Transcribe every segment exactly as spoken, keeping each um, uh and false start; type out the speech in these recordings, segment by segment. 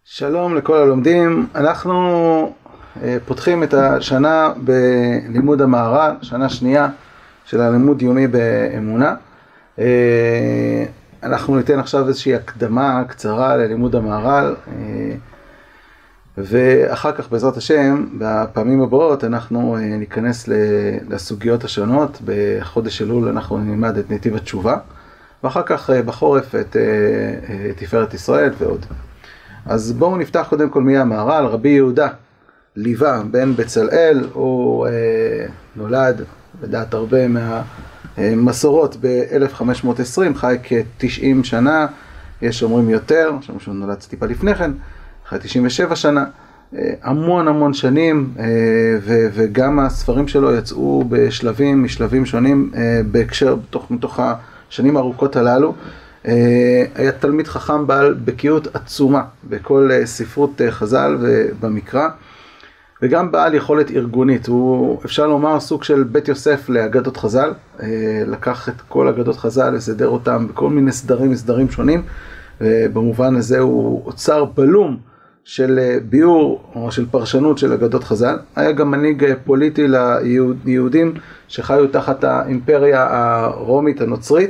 שלום לכל הלומדים, אנחנו פותחים את השנה בלימוד המהר"ל, שנה שנייה של הלימוד יומי באמונה. אנחנו ניתן עכשיו איזושהי הקדמה קצרה ללימוד המהר"ל, ואחר כך בעזרת השם, בפעמים הבאות אנחנו ניכנס לסוגיות השונות. בחודש אלול אנחנו נלמד את נתיב התשובה, ואחר כך בחורף את תפארת ישראל ועוד. אז בואו נפתח קודם כל מי המהר"ל. רבי יהודה ליווה בן בצלאל, הוא אה, נולד בדעת הרבה מהמסורות ב-אלף חמש מאות ועשרים, חי כ-תשעים שנה, יש אומרים יותר, שאומרים שהוא נולד טיפה לפני כן, חי תשעים ושבע שנה, אה, המון המון שנים, אה, ו- וגם הספרים שלו יצאו בשלבים, משלבים שונים, אה, בהקשר, בתוך, מתוך השנים הארוכות הללו. היה תלמיד חכם בעל בקיאות עצומה בכל ספרות חז"ל ובמקרא, וגם בעל יכולת ארגונית. הוא, אפשר לומר, סוג של בית יוסף לאגדות חז"ל. לקח את כל אגדות חז"ל וסדר אותם בכל מיני סדרים וסדרים שונים, ובמובן הזה הוא אוצר בלום של ביאור או של פרשנות של אגדות חז"ל. היה גם מנהיג פוליטי ליהודים שחיו תחת האימפריה הרומית הנוצרית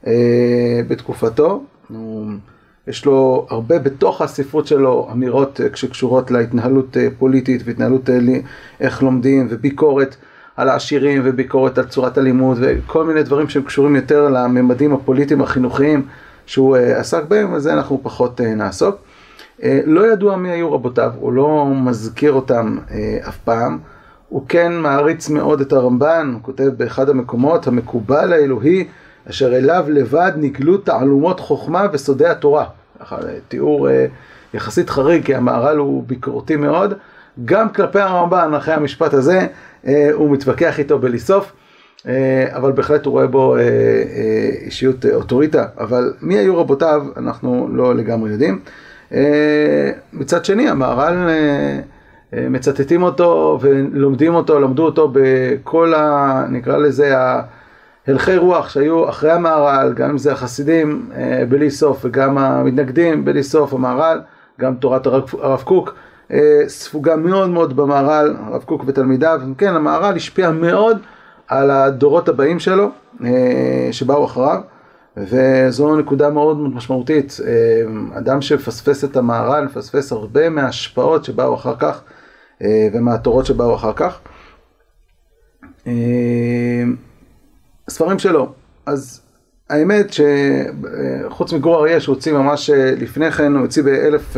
בתקופתו. יש לו הרבה בתוך הספרות שלו אמירות שקשורות להתנהלות פוליטית והתנהלות איך לומדים, וביקורת על העשירים וביקורת על צורת הלימוד וכל מיני דברים שהם קשורים יותר לממדים הפוליטיים החינוכיים שהוא עסק בהם, וזה אנחנו פחות נעסוק. לא ידוע מי היו רבותיו, הוא לא מזכיר אותם אף פעם. הוא כן מעריץ מאוד את הרמב"ן, הוא כותב באחד המקומות: המקובל האלוהי אשר אליו לבד נגלו תעלומות חוכמה וסודי התורה. תיאור יחסית חריג, כי המהר"ל הוא ביקורתי מאוד. גם כלפי הרמב"ן, אחרי המשפט הזה, הוא מתווכח איתו בלי סוף, אבל בהחלט הוא רואה בו אישיות אוטוריטה. אבל מי היו רבותיו, אנחנו לא לגמרי יודעים. מצד שני, המהר"ל מצטטים אותו ולומדים אותו, למדו אותו בכל ה... נקרא לזה ה... הלכי רוח שהיו אחרי המהר"ל, גם אם זה החסידים בלי סוף וגם המתנגדים בלי סוף. המהר"ל, גם תורת הרב קוק ספוגה מאוד מאוד במהר"ל, הרב קוק ותלמידיו. כן, המהר"ל השפיע מאוד על הדורות הבאים שלו שבאו אחריו, וזו נקודה מאוד מאוד משמעותית. אדם שפספס את המהר"ל מפספס הרבה מההשפעות שבאו אחר כך ומהתורות שבאו אחר כך. הספרים שלו, אז האמת שחוץ מגור אריה שהוציא ממש לפני כן, הוא הוציא ב-אלף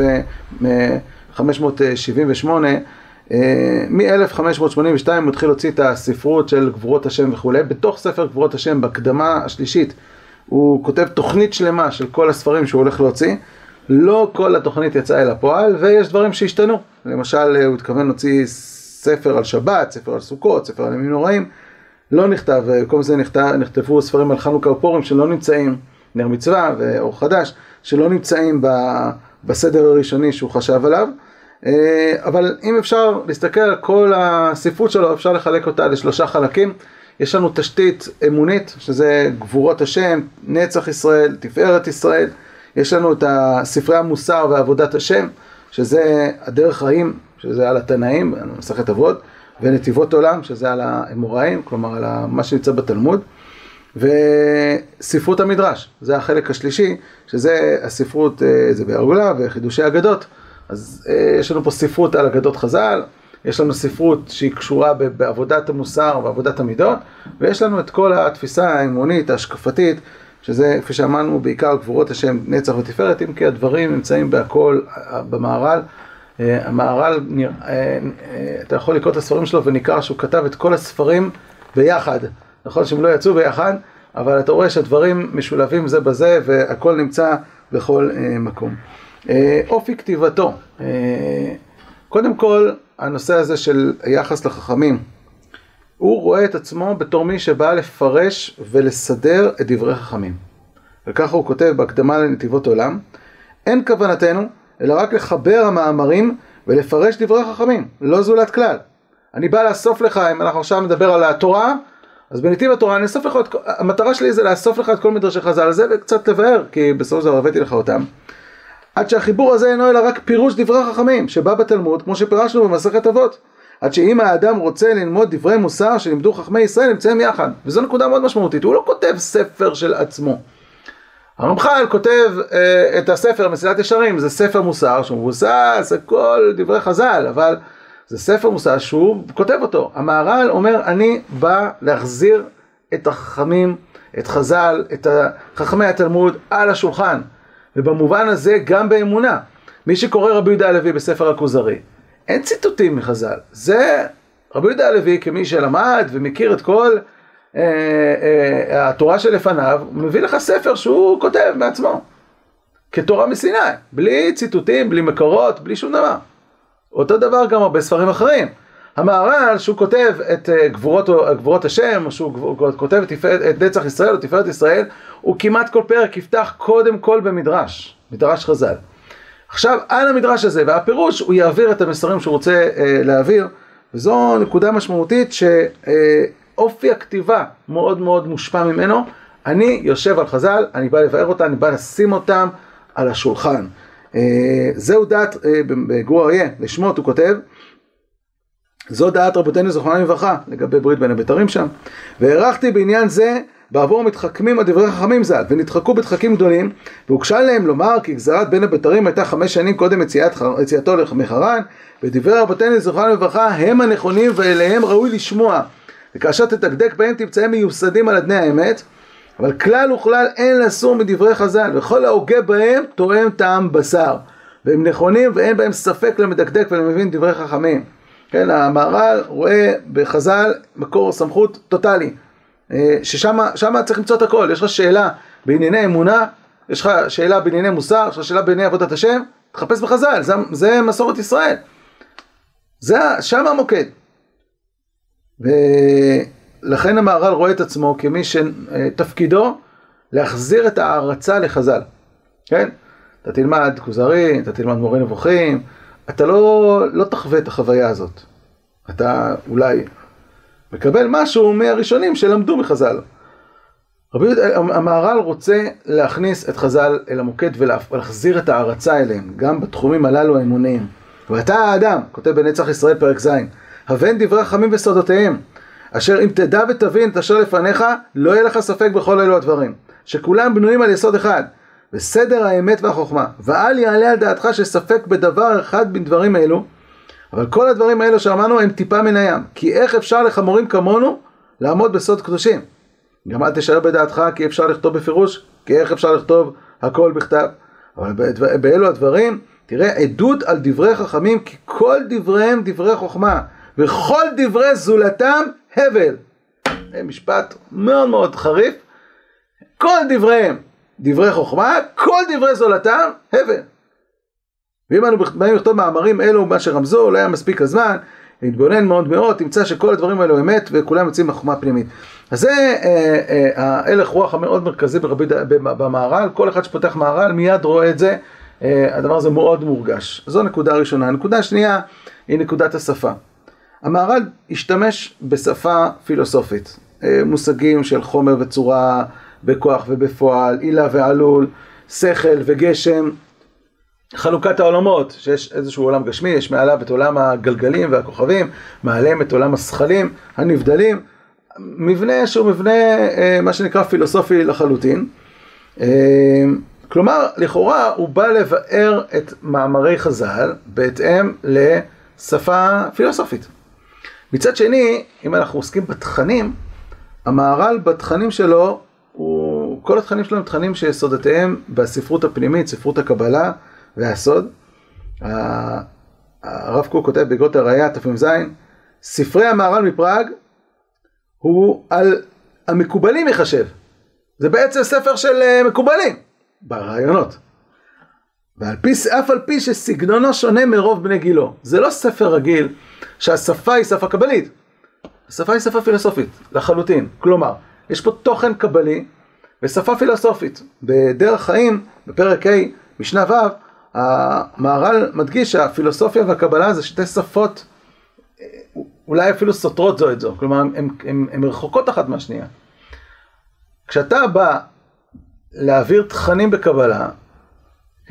חמש מאות שבעים ושמונה, מ-אלף חמש מאות שמונים ושתיים הוא התחיל להוציא את הספרות של גבורות השם וכו'. בתוך ספר גבורות השם, בהקדמה השלישית, הוא כותב תוכנית שלמה של כל הספרים שהוא הולך להוציא. לא כל התוכנית יצאה אל הפועל, ויש דברים שהשתנו. למשל, הוא התכוון להוציא ספר על שבת, ספר על סוכות, ספר על ימים נוראים. לא נכתב, כל זה נכתב, נכתבו ספרים על חנוכה ופורים שלא נמצאים, נר מצווה ואור חדש, שלא נמצאים ב, בסדר הראשוני שהוא חשב עליו. אבל אם אפשר להסתכל על כל הספרות שלו, אפשר לחלק אותה לשלושה חלקים. יש לנו תשתית אמונית, שזה גבורות השם, נצח ישראל, תפארת ישראל. יש לנו את ספרי המוסר ועבודת השם, שזה הדרך חיים, שזה על התנאים, מסכת אבות, ונתיבות עולם, שזה על האמוראים, כלומר על מה שנמצא בתלמוד. וספרות המדרש, זה החלק השלישי, שזה הספרות, זה בהגולה וחידושי אגדות. אז יש לנו פה ספרות על אגדות חז"ל, יש לנו ספרות שהיא קשורה בעבודת המוסר ועבודת המידות, ויש לנו את כל התפיסה האמונית, ההשקפתית, שזה, כפי שאמרנו, בעיקר גבורות השם, נצח ותפארת, אם כי הדברים נמצאים בהכל במהר"ל. המהר"ל, אתה יכול לקרוא את הספרים שלו וניכר שהוא כתב את כל הספרים ביחד. נכון שהם לא יצאו ביחד, אבל אתה רואה שהדברים משולבים זה בזה, והכל נמצא בכל מקום. אופי כתיבתו. קודם כל, הנושא הזה של יחס לחכמים, הוא רואה את עצמו בתור מי שבא לפרש ולסדר את דברי חכמים. וככה הוא כותב בהקדמה לנתיבות עולם: אין כוונתנו אלא רק לחבר המאמרים ולפרש דברי חכמים, לא זולת כלל. אני בא לאסוף לך, אם אנחנו עכשיו מדבר על התורה, אז בנתיב התורה אני אסוף לך, את, המטרה שלי זה לאסוף לך את כל מדרשי חז"ל הזה וקצת לבאר, כי בסוף זה הבאתי לך אותם. עד שהחיבור הזה אינו אלא רק פירוש דברי חכמים, שבא בתלמוד, כמו שפירשנו במסכת אבות. עד שאם האדם רוצה ללמוד דברי מוסר שלימדו חכמי ישראל, נמצאים יחד. וזו נקודה מאוד משמעותית. הוא לא כותב ספר של עצמו. הרמח"ל כותב אה, את הספר מסילת ישרים, זה ספר מוסר שהוא מבוסס על כל דברי חז"ל, אבל זה ספר מוסר שהוא כותב אותו. המהר"ל אומר, אני בא להחזיר את החכמים, את חז"ל, את חכמי התלמוד על השולחן. ובמובן הזה גם באמונה. מי שקורא רבי יהודה הלוי בספר הכוזרי, אין ציטוטים מחז"ל. זה רבי יהודה הלוי כמי שלמד ומכיר את כל אה, אה, התורה שלפניו, הוא מביא לך ספר שהוא כותב בעצמו. כתורה מסיני, בלי ציטוטים, בלי מקורות, בלי שום דבר. אותו דבר גם הרבה ספרים אחרים. המהר"ל שהוא כותב את גבורות, גבורות השם, שהוא כותב את, את נצח ישראל או תפארת ישראל, הוא כמעט כל פרק יפתח קודם כל במדרש, מדרש חז"ל. עכשיו על המדרש הזה והפירוש הוא יעביר את המסרים שהוא רוצה אה, להעביר, וזו נקודה משמעותית שאופי הכתיבה מאוד מאוד מושפע ממנו. אני יושב על חז"ל, אני בא לבאר אותם, אני בא לשים אותם על השולחן. אה, זהו דעת אה, בגור אריה, לשמות הוא כותב, זו דעת רבותינו זכרונם לברכה, לגבי ברית בין הבתרים שם. והערכתי בעניין זה, בעבור מתחכמים על דברי חכמים ז"ל, ונדחקו בדחקים גדולים, והוגשה להם לומר כי גזרת בין הבתרים הייתה חמש שנים קודם יציאת, יציאתו מחרן, ודברי רבותינו זכרונם לברכה הם הנכונים ואליהם ראוי לשמוע, וכאשר תתקדק בהם תמצאם מיוסדים על אדני האמת, אבל כלל וכלל אין לסור מדברי חז"ל, וכל ההוגה בהם תואם טעם בשר, והם נכונים ואין בהם ספק למדקדק ולמבין דברי חכמים. כן, המהר"ל רואה בחז"ל מקור סמכות טוטלי, ששם צריך למצוא את הכל. יש לך שאלה בענייני אמונה, יש לך שאלה בענייני מוסר, יש לך שאלה בענייני עבודת השם, תחפש בחז"ל, זה, זה מסורת ישראל. זה, שם המוקד. ולכן המהר"ל רואה את עצמו כמי שתפקידו להחזיר את הערצה לחז"ל. כן? אתה תלמד כוזרי, אתה תלמד מורה נבוכים, אתה לא, לא תחווה את החוויה הזאת. אתה אולי מקבל משהו מהראשונים שלמדו מחז"ל. המהר"ל רוצה להכניס את חז"ל אל המוקד ולהחזיר את הערצה אליהם, גם בתחומים הללו האמוניים. ואתה האדם, כותב בנצח ישראל פרק ז', הבן דברי חכמים בסודותיהם, אשר אם תדע ותבין את אשר לפניך, לא יהיה לך ספק בכל אלו הדברים, שכולם בנויים על יסוד אחד, בסדר האמת והחוכמה, ואל יעלה על דעתך שספק בדבר אחד בין דברים אלו, אבל כל הדברים האלו שאמרנו הם טיפה מן הים, כי איך אפשר לחמורים כמונו לעמוד בסוד קדושים? גם אל תשאר בדעתך כי אפשר לכתוב בפירוש, כי איך אפשר לכתוב הכל בכתב, אבל באלו הדברים, תראה עדות על דברי חכמים, כי כל דבריהם דברי חוכמה, וכל דברי זולתם הבל. זה משפט מאוד מאוד חריף, כל דבריהם דברי חוכמה, כל דברי זולתם הבל. ואם אנו באים לכתוב מאמרים אלו מה שרמזו, לא היה מספיק הזמן, להתבונן מאוד מאוד, תמצא שכל הדברים האלו אמת וכולם יוצאים מחוכמה פנימית. אז זה אה, אה, ההלך רוח המאוד מרכזי ברבי, במהר"ל, כל אחד שפותח מהר"ל מיד רואה את זה, אה, הדבר הזה מאוד מורגש. זו נקודה ראשונה. הנקודה השנייה היא נקודת השפה. המהר"ל השתמש בשפה פילוסופית, אה, מושגים של חומר וצורה, בכוח ובפועל, עילה ועלול, שכל וגשם, חלוקת העולמות, שיש איזשהו עולם גשמי, יש מעליו את עולם הגלגלים והכוכבים, מעליהם את עולם השכלים, הנבדלים, מבנה שהוא מבנה, מה שנקרא פילוסופי לחלוטין. כלומר, לכאורה הוא בא לבאר את מאמרי חז"ל בהתאם לשפה פילוסופית. מצד שני, אם אנחנו עוסקים בתכנים, המהר"ל בתכנים שלו, הוא, כל התכנים שלו הם תכנים שיסודותיהם בספרות הפנימית, ספרות הקבלה והסוד. הרב קוק כותב באגרות הראייה תפ"ז, ספרי המהר"ל מפראג הוא על המקובלים יחשב. זה בעצם ספר של מקובלים ברעיונות. ועל פי, אף על פי שסגנונו שונה מרוב בני גילו. זה לא ספר רגיל שהשפה היא שפה קבלית. השפה היא שפה פילוסופית לחלוטין. כלומר, יש פה תוכן קבלי ושפה פילוסופית. בדרך חיים, בפרק ה' משנה ו', המהר"ל מדגיש שהפילוסופיה והקבלה זה שתי שפות, אולי אפילו סותרות זו את זו. כלומר, הן רחוקות אחת מהשנייה. כשאתה בא להעביר תכנים בקבלה,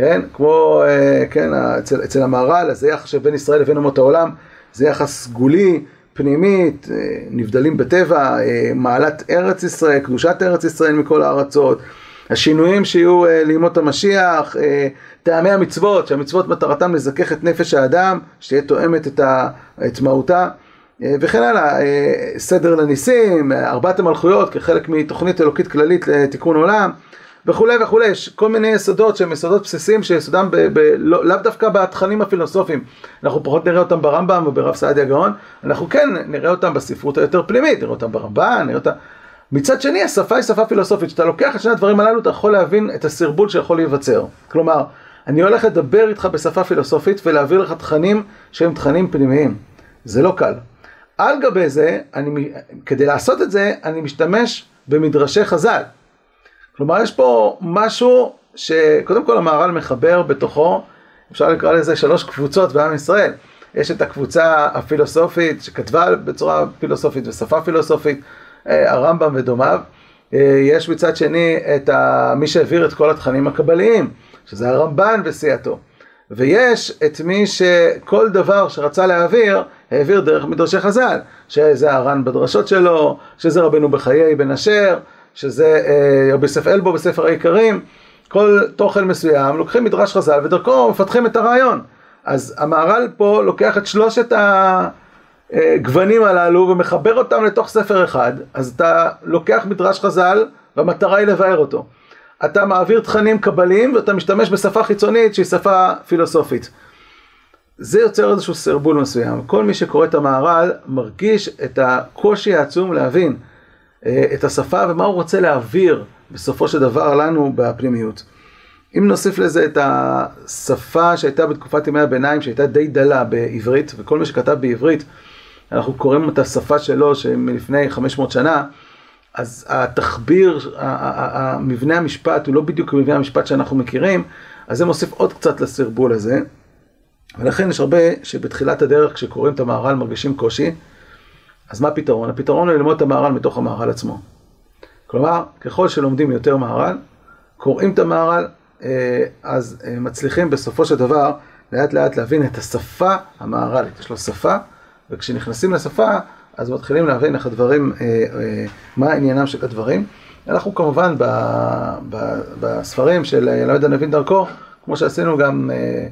כן, כמו, כן, אצל, אצל המהר"ל, אז זה יחס שבין ישראל לבין אומות העולם, זה יחס סגולי, פנימית, נבדלים בטבע, מעלת ארץ ישראל, קדושת ארץ ישראל מכל הארצות, השינויים שיהיו לימות המשיח, טעמי המצוות, שהמצוות מטרתם לזכך את נפש האדם, שתהיה תואמת את, ה, את מהותה, וכן הלאה, סדר לניסים, ארבעת המלכויות כחלק מתוכנית אלוקית כללית לתיקון עולם, וכולי וכולי, יש כל מיני יסודות שהם יסודות בסיסיים שיסודם ב, ב, לא, לאו דווקא בתכנים הפילוסופיים, אנחנו פחות נראה אותם ברמב"ם וברב סעדיה גאון, אנחנו כן נראה אותם בספרות היותר פנימית, נראה אותם ברמב"ן, נראה אותם... מצד שני, השפה היא שפה פילוסופית, שאתה לוקח את שני הדברים הללו, אתה יכול להבין את הסרבול שיכול להיווצר. כלומר, אני הולך לדבר איתך בשפה פילוסופית ולהעביר לך תכנים שהם תכנים פנימיים. זה לא קל. על גבי זה, אני, כדי לעשות את זה, אני משתמש במדרשי חז"ל. כלומר, יש פה משהו שקודם כל המהר"ל מחבר בתוכו, אפשר לקרוא לזה שלוש קבוצות בעם ישראל. יש את הקבוצה הפילוסופית שכתבה בצורה פילוסופית ושפה פילוסופית, הרמב"ם ודומיו. יש מצד שני את מי שהעביר את כל התכנים הקבליים, שזה הרמב"ן וסייעתו. ויש את מי שכל דבר שרצה להעביר, העביר דרך מדרשי חז"ל, שזה הר"ן בדרשות שלו, שזה רבנו בחיי בן אשר, שזה רבי יוסף אלבו בספר העיקרים, כל תוכן מסוים, לוקחים מדרש חז"ל ודרכו מפתחים את הרעיון. אז המהר"ל פה לוקח את שלושת הגוונים הללו ומחבר אותם לתוך ספר אחד, אז אתה לוקח מדרש חז"ל והמטרה היא לבאר אותו. אתה מעביר תכנים קבליים ואתה משתמש בשפה חיצונית שהיא שפה פילוסופית. זה יוצר איזשהו סרבול מסוים. כל מי שקורא את המהר"ל מרגיש את הקושי העצום להבין את השפה ומה הוא רוצה להעביר בסופו של דבר לנו בפנימיות. אם נוסיף לזה את השפה שהייתה בתקופת ימי הביניים, שהייתה די דלה בעברית, וכל מי שכתב בעברית, אנחנו קוראים את השפה שלו שמלפני חמש מאות שנה, אז התחביר, המבנה המשפט הוא לא בדיוק מבנה המשפט שאנחנו מכירים, אז זה מוסיף עוד קצת לסרבול הזה, ולכן יש הרבה שבתחילת הדרך כשקוראים את המהר"ל מרגישים קושי. אז מה הפתרון? הפתרון הוא ללמוד את המהר"ל מתוך המהר"ל עצמו. כלומר, ככל שלומדים יותר מהר"ל, קוראים את המהר"ל, אז מצליחים בסופו של דבר לאט לאט להבין את השפה המהר"לית. יש לו שפה, וכשנכנסים לשפה, אז מתחילים להבין איך הדברים, מה העניינם של הדברים. אנחנו כמובן בספרים של ילמד הנבין דרכו, כמו שעשינו גם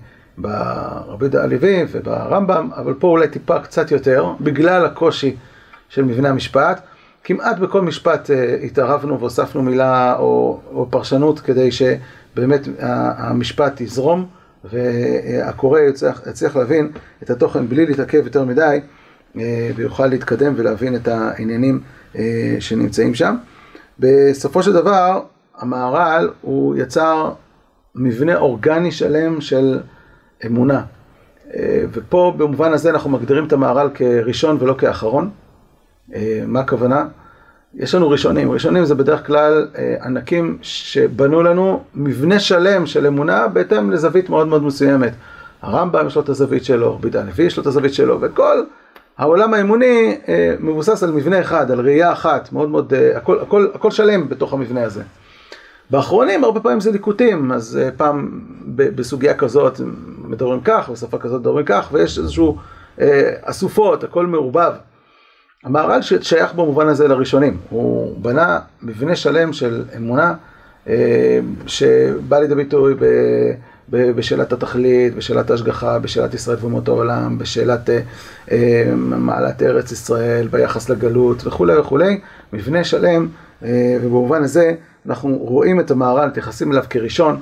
ברבי יהודה הלוי וברמב"ם, אבל פה אולי טיפה קצת יותר, בגלל הקושי של מבנה המשפט. כמעט בכל משפט התערבנו והוספנו מילה או, או פרשנות כדי שבאמת המשפט יזרום, והקורא יצליח, יצליח להבין את התוכן בלי להתעכב יותר מדי, ויוכל להתקדם ולהבין את העניינים שנמצאים שם. בסופו של דבר, המהר"ל הוא יצר מבנה אורגני שלם של אמונה. ופה במובן הזה אנחנו מגדירים את המהר"ל כראשון ולא כאחרון. מה הכוונה? יש לנו ראשונים. ראשונים זה בדרך כלל ענקים שבנו לנו מבנה שלם של אמונה בהתאם לזווית מאוד מאוד מסוימת. הרמב"ם יש לו את הזווית שלו, רבי יהודה הלוי יש לו את הזווית שלו, וכל העולם האמוני מבוסס על מבנה אחד, על ראייה אחת, מאוד מאוד, הכל, הכל, הכל שלם בתוך המבנה הזה. באחרונים הרבה פעמים זה ליקוטים, אז פעם בסוגיה כזאת מדברים כך, בשפה כזאת מדברים כך, ויש איזשהו אסופות, הכל מעורבב. המהר"ל שייך במובן הזה לראשונים, הוא בנה מבנה שלם של אמונה, שבא לידי ביטוי בשאלת התכלית, בשאלת ההשגחה, בשאלת ישראל ואומות העולם, בשאלת מעלת ארץ ישראל, ביחס לגלות וכו' וכו', מבנה שלם, ובמובן הזה אנחנו רואים את המהר"ל, מתייחסים אליו כראשון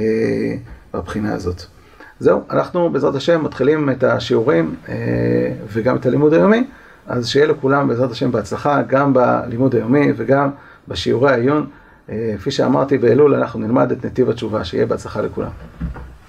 בבחינה הזאת. זהו, אנחנו בעזרת השם מתחילים את השיעורים וגם את הלימוד היומי, אז שיהיה לכולם בעזרת השם בהצלחה, גם בלימוד היומי וגם בשיעורי העיון. כפי שאמרתי באלול, אנחנו נלמד את נתיב התשובה, שיהיה בהצלחה לכולם.